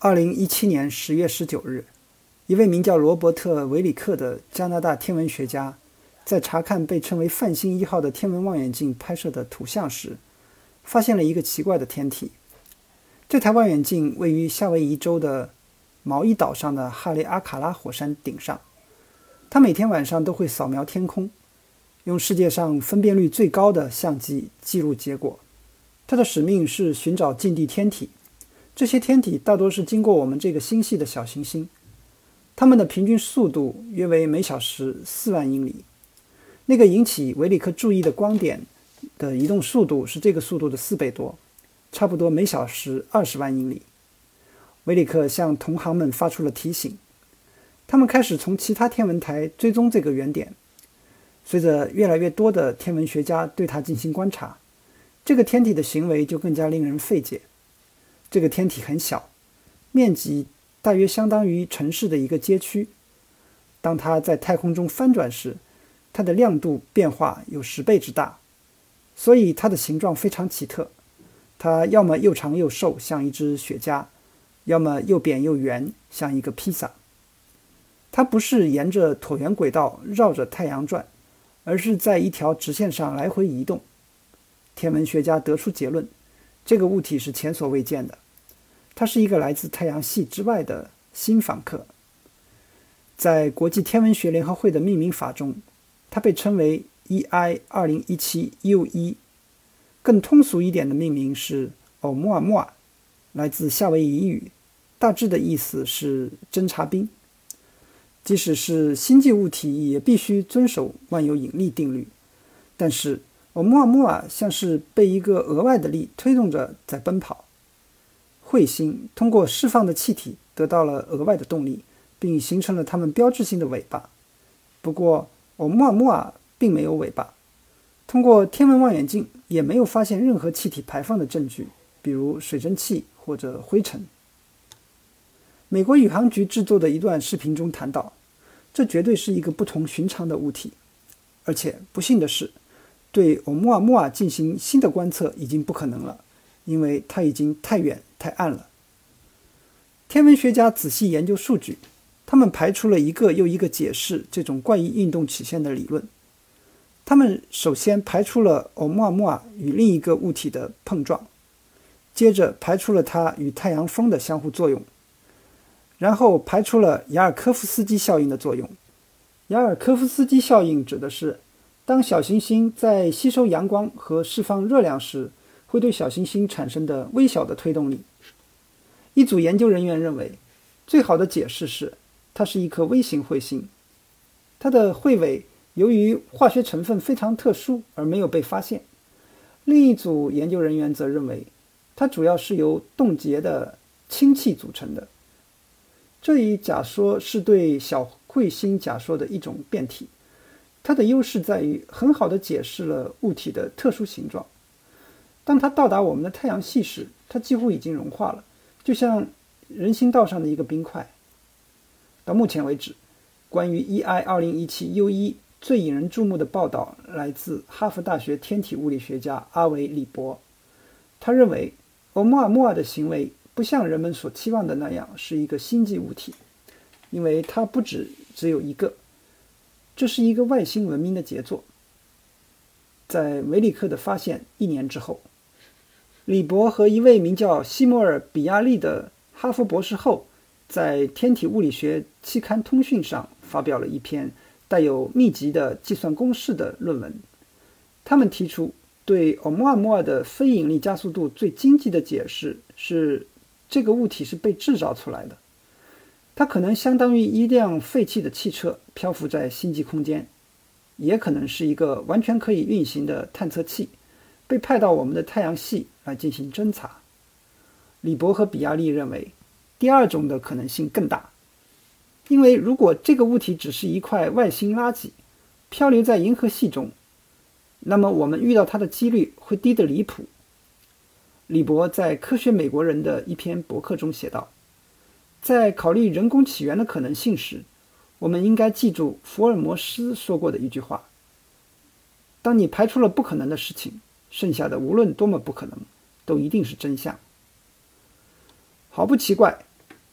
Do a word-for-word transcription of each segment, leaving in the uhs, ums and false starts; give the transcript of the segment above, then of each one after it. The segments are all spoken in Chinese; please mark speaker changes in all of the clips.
Speaker 1: 二零一七年十月十九日，一位名叫罗伯特·维里克的加拿大天文学家，在查看被称为泛星一号的天文望远镜拍摄的图像时，发现了一个奇怪的天体。这台望远镜位于夏威夷州的毛伊岛上的哈雷阿卡拉火山顶上。他每天晚上都会扫描天空，用世界上分辨率最高的相机记录结果。他的使命是寻找近地天体，这些天体大多是经过我们这个星系的小行星，它们的平均速度约为每小时四万英里。那个引起维里克注意的光点的移动速度是这个速度的四倍多，差不多每小时二十万英里。维里克向同行们发出了提醒，他们开始从其他天文台追踪这个原点。随着越来越多的天文学家对它进行观察，这个天体的行为就更加令人费解。这个天体很小，面积大约相当于城市的一个街区。当它在太空中翻转时，它的亮度变化有十倍之大，所以它的形状非常奇特。它要么又长又瘦，像一只雪茄，要么又扁又圆，像一个披萨。它不是沿着椭圆轨道绕着太阳转，而是在一条直线上来回移动。天文学家得出结论，这个物体是前所未见的，它是一个来自太阳系之外的新访客。在国际天文学联合会的命名法中，它被称为 E I 二零一七 U 一， 更通俗一点的命名是欧穆尔穆尔，来自夏威夷语，大致的意思是侦察兵。即使是星际物体也必须遵守万有引力定律，但是欧穆尔穆尔像是被一个额外的力推动着在奔跑。彗星通过释放的气体得到了额外的动力，并形成了它们标志性的尾巴。不过欧穆尔穆尔并没有尾巴，通过天文望远镜也没有发现任何气体排放的证据，比如水蒸气或者灰尘。美国宇航局制作的一段视频中谈到，这绝对是一个不同寻常的物体，而且不幸的是，对欧穆尔穆尔进行新的观测已经不可能了，因为它已经太远太暗了。天文学家仔细研究数据，他们排除了一个又一个解释这种怪异运动曲线的理论。他们首先排除了欧穆尔穆尔与另一个物体的碰撞，接着排除了它与太阳风的相互作用，然后排除了雅尔科夫斯基效应的作用。雅尔科夫斯基效应指的是，当小行星在吸收阳光和释放热量时，会对小行星产生的微小的推动力。一组研究人员认为，最好的解释是它是一颗微型彗星，它的彗尾由于化学成分非常特殊而没有被发现。另一组研究人员则认为，它主要是由冻结的氢气组成的。这一假说是对小彗星假说的一种变体，它的优势在于很好地解释了物体的特殊形状。当它到达我们的太阳系时，它几乎已经融化了，就像人行道上的一个冰块。到目前为止，关于 E I 二零一七 U 一 最引人注目的报道来自哈佛大学天体物理学家阿维·里伯。他认为欧穆尔穆尔的行为不像人们所期望的那样是一个星际物体，因为它不只只有一个，这是一个外星文明的杰作。在维里克的发现一年之后，李博和一位名叫西摩尔·比亚利的哈佛博士后在天体物理学期刊通讯上发表了一篇带有密集的计算公式的论文。他们提出，对欧穆尔穆尔的非引力加速度最经济的解释是，这个物体是被制造出来的。它可能相当于一辆废弃的汽车漂浮在星际空间，也可能是一个完全可以运行的探测器，被派到我们的太阳系来进行侦察。李博和比亚利认为，第二种的可能性更大，因为如果这个物体只是一块外星垃圾，漂流在银河系中，那么我们遇到它的几率会低得离谱。李博在《科学美国人》的一篇博客中写道，在考虑人工起源的可能性时，我们应该记住福尔摩斯说过的一句话：当你排除了不可能的事情，剩下的无论多么不可能，都一定是真相。毫不奇怪，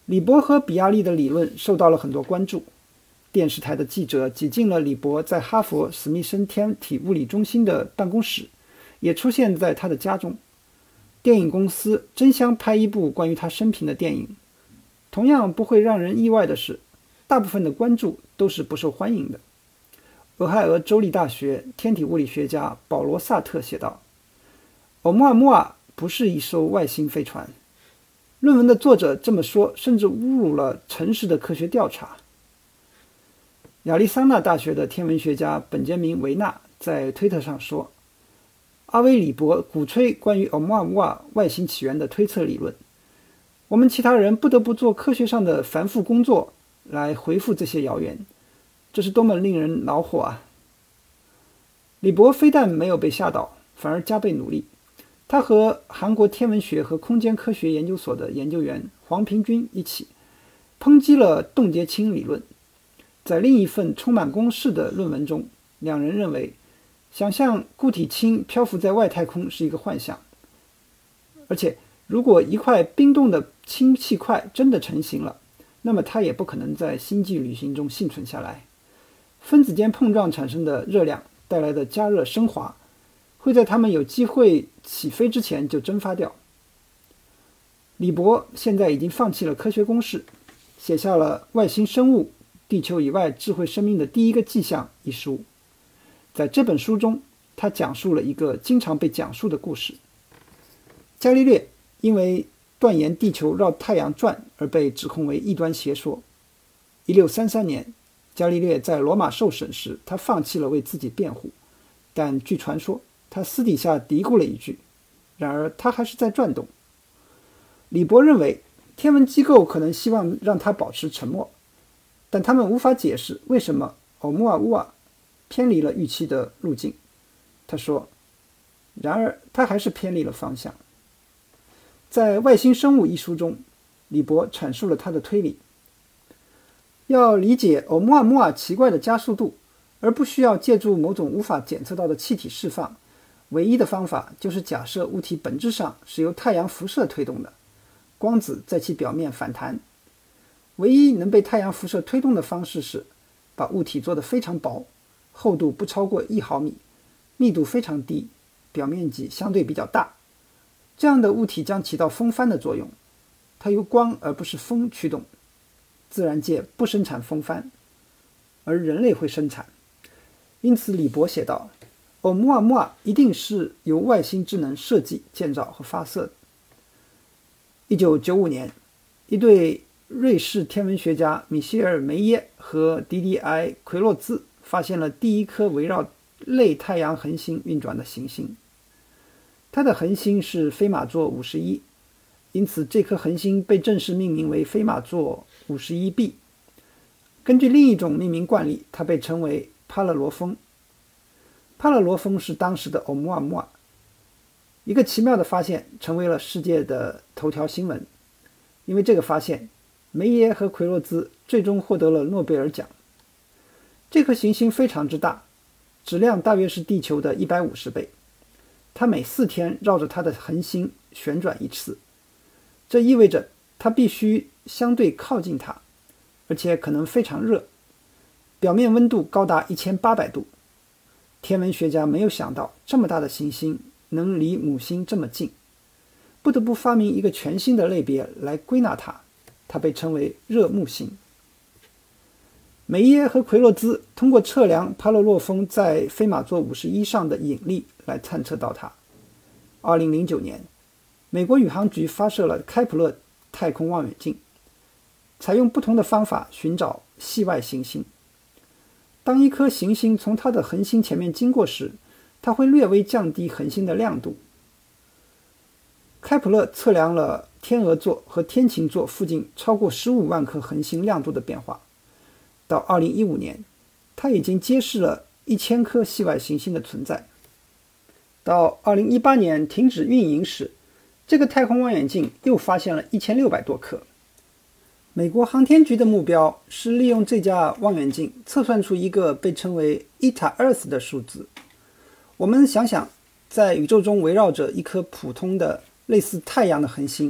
Speaker 1: 李博和比亚利的理论受到了很多关注，电视台的记者挤进了李博在哈佛史密森天体物理中心的办公室，也出现在他的家中。电影公司争相拍一部关于他生平的电影。同样不会让人意外的是，大部分的关注都是不受欢迎的。俄亥俄州立大学天体物理学家保罗·萨特写道：欧穆尔穆瓦不是一艘外星飞船。论文的作者这么说，甚至侮辱了诚实的科学调查。亚利桑那大学的天文学家本杰明·维纳在推特上说，阿维里博鼓吹关于欧穆尔穆瓦外星起源的推测理论，我们其他人不得不做科学上的繁复工作来回复这些谣言，这是多么令人恼火啊！李博非但没有被吓倒，反而加倍努力。他和韩国天文学和空间科学研究所的研究员黄平君一起抨击了冻结氢理论。在另一份充满公式的论文中，两人认为想象固体氢漂浮在外太空是一个幻想，而且如果一块冰冻的氢气块真的成型了，那么它也不可能在星际旅行中幸存下来。分子间碰撞产生的热量带来的加热升华会在它们有机会起飞之前就蒸发掉。李博现在已经放弃了科学公式，写下了《外星生物：地球以外智慧生命的第一个迹象》一书。在这本书中，他讲述了一个经常被讲述的故事。伽利略因为断言地球绕太阳转而被指控为异端邪说。一六三三年，伽利略在罗马受审时，他放弃了为自己辩护，但据传说他私底下嘀咕了一句，然而他还是在转动。李博认为天文机构可能希望让他保持沉默，但他们无法解释为什么欧穆尔乌瓦偏离了预期的路径。他说，然而他还是偏离了方向。在《外星生物》一书中，李博阐述了他的推理。要理解欧穆尔穆瓦奇怪的加速度，而不需要借助某种无法检测到的气体释放，唯一的方法就是假设物体本质上是由太阳辐射推动的，光子在其表面反弹。唯一能被太阳辐射推动的方式是把物体做得非常薄，厚度不超过一毫米，密度非常低，表面积相对比较大。这样的物体将起到风帆的作用，它由光而不是风驱动。自然界不生产风帆，而人类会生产。因此李博写道，欧穆尔穆瓦一定是由外星智能设计、建造和发射的。一九九五年，一对瑞士天文学家米歇尔·梅耶和迪迪埃·奎洛兹发现了第一颗围绕类太阳恒星运转的行星。它的恒星是飞马座五十一，因此这颗恒星被正式命名为飞马座五十一 b。 根据另一种命名惯例，它被称为帕勒罗峰。帕勒罗峰是当时的欧穆尔穆瓦。一个奇妙的发现成为了世界的头条新闻。因为这个发现，梅耶和奎洛兹最终获得了诺贝尔奖。这颗行星非常之大，质量大约是地球的一百五十倍。它每四天绕着它的恒星旋转一次，这意味着它必须相对靠近它，而且可能非常热，表面温度高达一千八百度。天文学家没有想到这么大的行星能离母星这么近，不得不发明一个全新的类别来归纳它，它被称为热木星。梅耶和奎洛兹通过测量帕勒洛峰在飞马座五十一上的引力来探测到它。二零零九年，美国宇航局发射了开普勒太空望远镜，采用不同的方法寻找系外行星。当一颗行星从它的恒星前面经过时，它会略微降低恒星的亮度。开普勒测量了天鹅座和天琴座附近超过十五万颗恒星亮度的变化。到二零一五年，它已经揭示了一千颗系外行星的存在。到二零一八年停止运营时，这个太空望远镜又发现了一千六百多颗。美国航天局的目标是利用这架望远镜测算出一个被称为 Eta Earth 的数字。我们想想，在宇宙中围绕着一颗普通的类似太阳的恒星，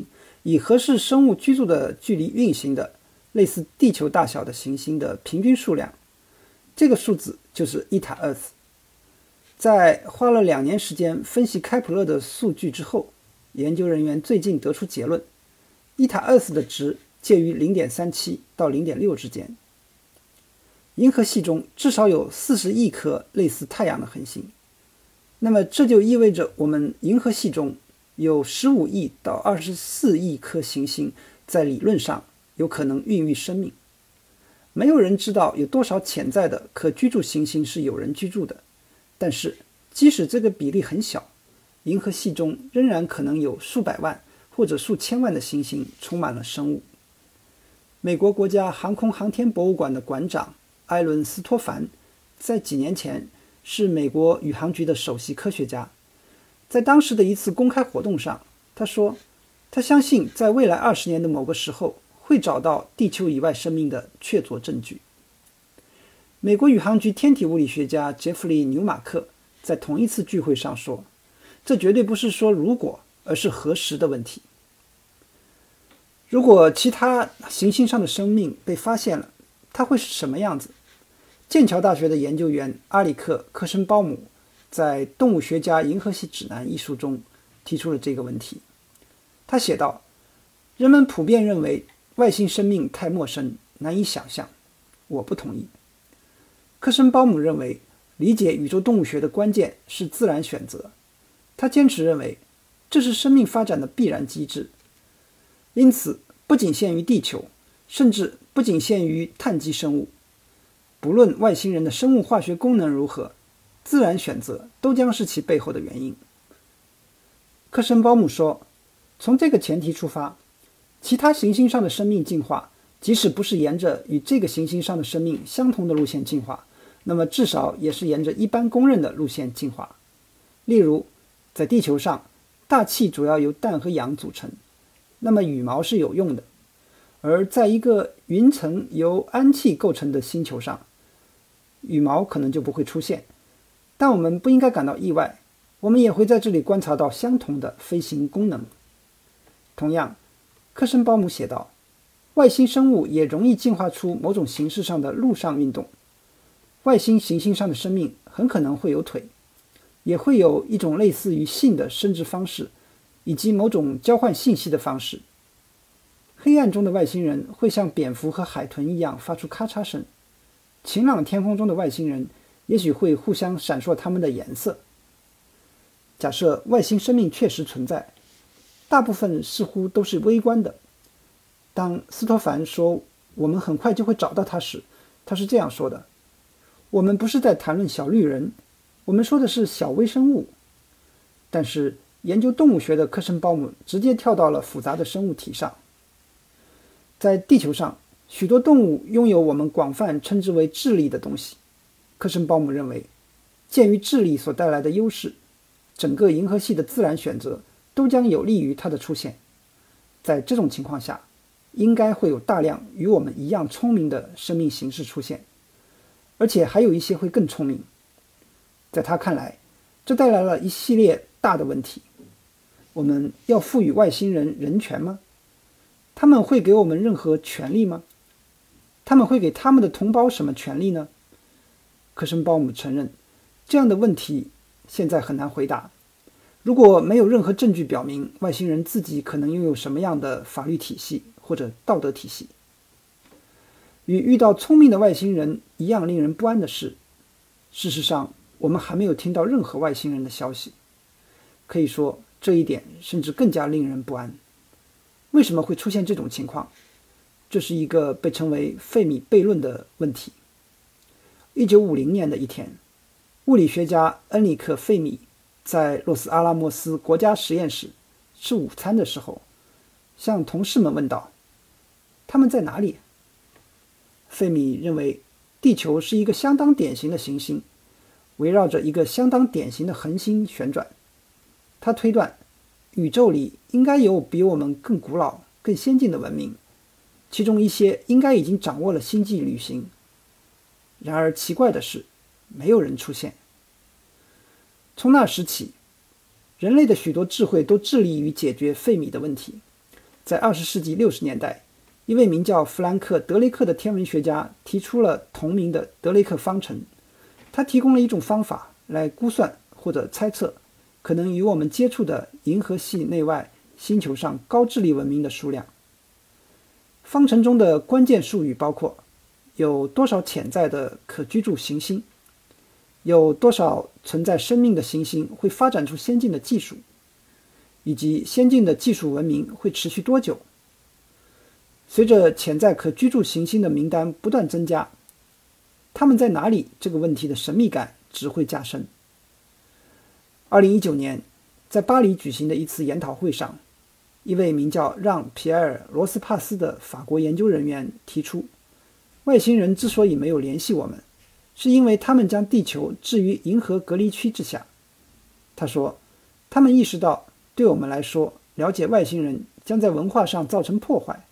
Speaker 1: 以合适生物居住的距离运行的类似地球大小的行星的平均数量，这个数字就是伊塔 Earth。在花了两年时间分析开普勒的数据之后，研究人员最近得出结论，伊塔 Earth 的值介于 零点三七 到 零点六 之间。银河系中至少有四十亿颗类似太阳的恒星，那么这就意味着我们银河系中有十五亿到二十四亿颗行星在理论上有可能孕育生命。没有人知道有多少潜在的可居住行星是有人居住的，但是即使这个比例很小，银河系中仍然可能有数百万或者数千万的行星充满了生物。美国国家航空航天博物馆的馆长艾伦斯托凡在几年前是美国宇航局的首席科学家。在当时的一次公开活动上，他说他相信在未来二十年的某个时候会找到地球以外生命的确凿证据。美国宇航局天体物理学家杰弗里·纽马克在同一次聚会上说，这绝对不是说如果，而是何时的问题。如果其他行星上的生命被发现了，它会是什么样子？剑桥大学的研究员阿里克·科申鲍姆在《动物学家银河系指南》一书中提出了这个问题。他写道，人们普遍认为外星生命太陌生，难以想象。我不同意。科申鲍姆认为，理解宇宙动物学的关键是自然选择。他坚持认为，这是生命发展的必然机制。因此，不仅限于地球，甚至不仅限于碳基生物。不论外星人的生物化学功能如何，自然选择都将是其背后的原因。科申鲍姆说，从这个前提出发，其他行星上的生命进化，即使不是沿着与这个行星上的生命相同的路线进化，那么至少也是沿着一般公认的路线进化。例如，在地球上，大气主要由氮和氧组成，那么羽毛是有用的。而在一个云层由氨气构成的星球上，羽毛可能就不会出现。但我们不应该感到意外，我们也会在这里观察到相同的飞行功能。同样，科申鲍姆写道，外星生物也容易进化出某种形式上的陆上运动。外星行星上的生命很可能会有腿，也会有一种类似于性的生殖方式，以及某种交换信息的方式。黑暗中的外星人会像蝙蝠和海豚一样发出咔嚓声，晴朗天空中的外星人也许会互相闪烁它们的颜色。假设外星生命确实存在，大部分似乎都是微观的。当斯托凡说我们很快就会找到它时，他是这样说的，我们不是在谈论小绿人，我们说的是小微生物。但是研究动物学的科申鲍姆直接跳到了复杂的生物体上。在地球上，许多动物拥有我们广泛称之为智力的东西。科申鲍姆认为，鉴于智力所带来的优势，整个银河系的自然选择都将有利于它的出现。在这种情况下，应该会有大量与我们一样聪明的生命形式出现，而且还有一些会更聪明。在他看来，这带来了一系列大的问题。我们要赋予外星人人权吗？他们会给我们任何权利吗？他们会给他们的同胞什么权利呢？科申鲍姆承认，这样的问题现在很难回答。如果没有任何证据表明外星人自己可能拥有什么样的法律体系或者道德体系，与遇到聪明的外星人一样令人不安的是，事实上我们还没有听到任何外星人的消息。可以说，这一点甚至更加令人不安。为什么会出现这种情况？这是一个被称为费米悖论的问题。一九五零年的一天，物理学家恩里克·费米在洛斯阿拉莫斯国家实验室吃午餐的时候，向同事们问道：“他们在哪里？”费米认为，地球是一个相当典型的行星，围绕着一个相当典型的恒星旋转。他推断，宇宙里应该有比我们更古老、更先进的文明，其中一些应该已经掌握了星际旅行。然而奇怪的是，没有人出现。从那时起，人类的许多智慧都致力于解决费米的问题。 在二十世纪六十年代，一位名叫弗兰克·德雷克的天文学家提出了同名的德雷克方程。他提供了一种方法来估算或者猜测可能与我们接触的银河系内外星球上高智力文明的数量。方程中的关键术语包括有多少潜在的可居住行星，有多少存在生命的行星会发展出先进的技术，以及先进的技术文明会持续多久。随着潜在可居住行星的名单不断增加，它们在哪里这个问题的神秘感只会加深。二零一九年，在巴黎举行的一次研讨会上，一位名叫让·皮埃尔·罗斯帕斯的法国研究人员提出，外星人之所以没有联系我们，是因为他们将地球置于银河隔离区之下。他说，他们意识到对我们来说，了解外星人将在文化上造成破坏。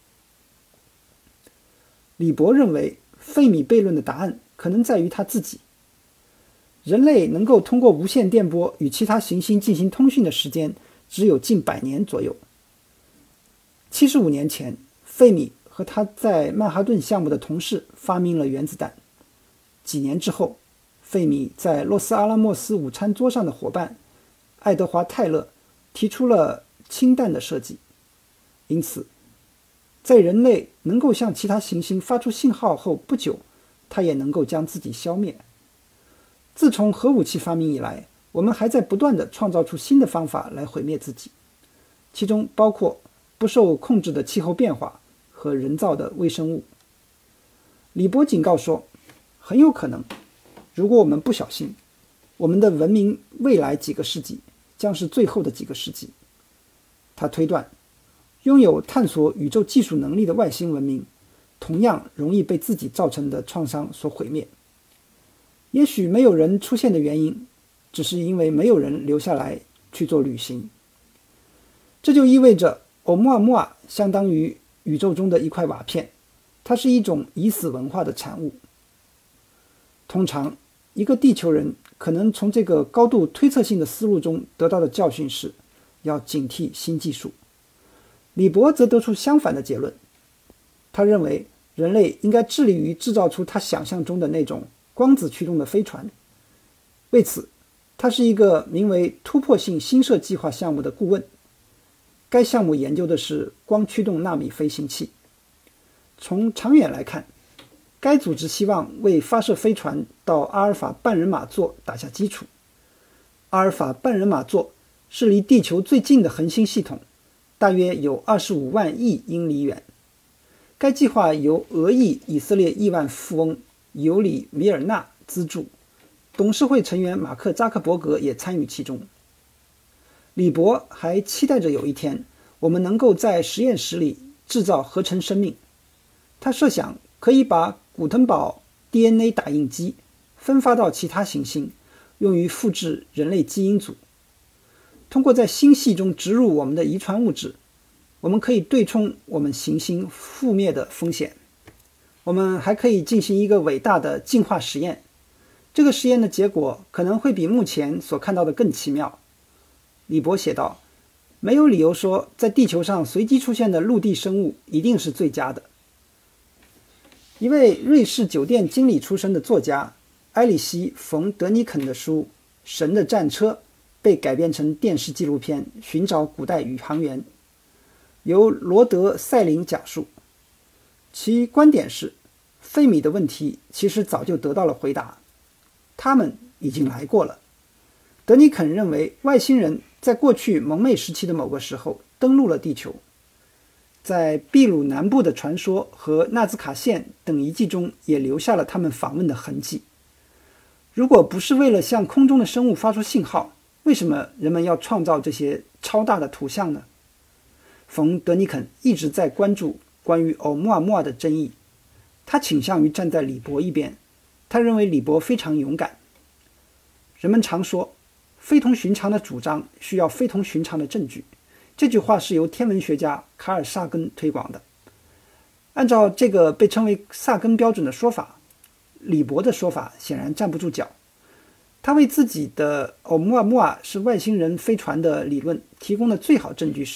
Speaker 1: 李博认为，费米悖论的答案可能在于他自己。人类能够通过无线电波与其他行星进行通讯的时间只有近百年左右。七十五年前，费米和他在曼哈顿项目的同事发明了原子弹。几年之后，费米在洛斯阿拉莫斯午餐桌上的伙伴爱德华·泰勒提出了氢弹的设计。因此，在人类能够向其他行星发出信号后不久，他也能够将自己消灭。自从核武器发明以来，我们还在不断地创造出新的方法来毁灭自己，其中包括不受控制的气候变化和人造的微生物。李波警告说，很有可能，如果我们不小心，我们的文明未来几个世纪将是最后的几个世纪。他推断，拥有探索宇宙技术能力的外星文明，同样容易被自己造成的创伤所毁灭。也许没有人出现的原因，只是因为没有人留下来去做旅行。这就意味着欧穆尔穆尔相当于宇宙中的一块瓦片，它是一种已死文化的产物。通常，一个地球人可能从这个高度推测性的思路中得到的教训是，要警惕新技术。李博则得出相反的结论，他认为人类应该致力于制造出他想象中的那种光子驱动的飞船。为此，他是一个名为突破性新设计划项目的顾问。该项目研究的是光驱动纳米飞行器。从长远来看，该组织希望为发射飞船到阿尔法半人马座打下基础。阿尔法半人马座是离地球最近的恒星系统，大约有二十五万亿英里远。该计划由俄裔以色列亿万富翁尤里·米尔纳资助，董事会成员马克·扎克伯格也参与其中。李博还期待着有一天，我们能够在实验室里制造合成生命。他设想可以把古腾堡 D N A 打印机分发到其他行星，用于复制人类基因组。通过在星系中植入我们的遗传物质，我们可以对冲我们行星覆灭的风险。我们还可以进行一个伟大的进化实验，这个实验的结果可能会比目前所看到的更奇妙。李博写道，没有理由说在地球上随机出现的陆地生物一定是最佳的。一位瑞士酒店经理出身的作家埃里希·冯·德尼肯的书《神的战车》被改编成电视纪录片《寻找古代宇航员》，由罗德·塞林讲述。其观点是，费米的问题其实早就得到了回答，他们已经来过了。德尼肯认为，外星人在过去蒙昧时期的某个时候登陆了地球。在秘鲁南部的传说和纳兹卡线等遗迹中也留下了他们访问的痕迹。如果不是为了向空中的生物发出信号，为什么人们要创造这些超大的图像呢？冯·德尼肯一直在关注关于欧穆尔穆尔的争议，他倾向于站在李博一边，他认为李博非常勇敢。人们常说，非同寻常的主张需要非同寻常的证据。这句话是由天文学家卡尔·萨根推广的。按照这个被称为萨根标准的说法，李博的说法显然站不住脚。他为自己的欧穆尔穆尔是外星人飞船的理论提供的最好证据是，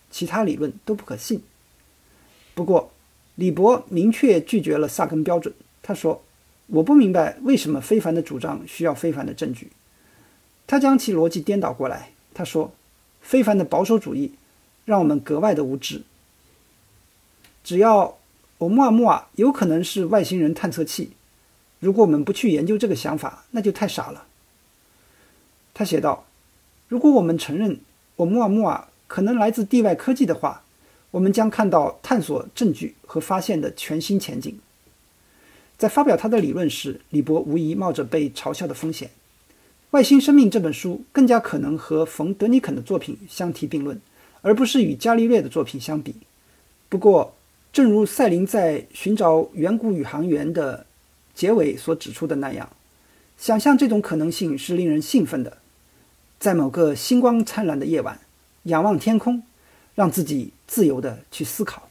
Speaker 1: 其他理论都不可信。不过，李博明确拒绝了萨根标准。他说：“我不明白为什么非凡的主张需要非凡的证据。”他将其逻辑颠倒过来。他说：“非凡的保守主义让我们格外的无知。只要欧穆瓦穆瓦有可能是外星人探测器，如果我们不去研究这个想法，那就太傻了。”他写道：“如果我们承认欧穆瓦穆瓦可能来自地外科技的话，我们将看到探索证据和发现的全新前景。”在发表他的理论时，李博无疑冒着被嘲笑的风险。《外星生命》这本书更加可能和冯·德尼肯的作品相提并论，而不是与伽利略的作品相比。不过，正如赛林在《寻找远古宇航员》的结尾所指出的那样，想象这种可能性是令人兴奋的。在某个星光灿烂的夜晚，仰望天空，让自己自由地去思考。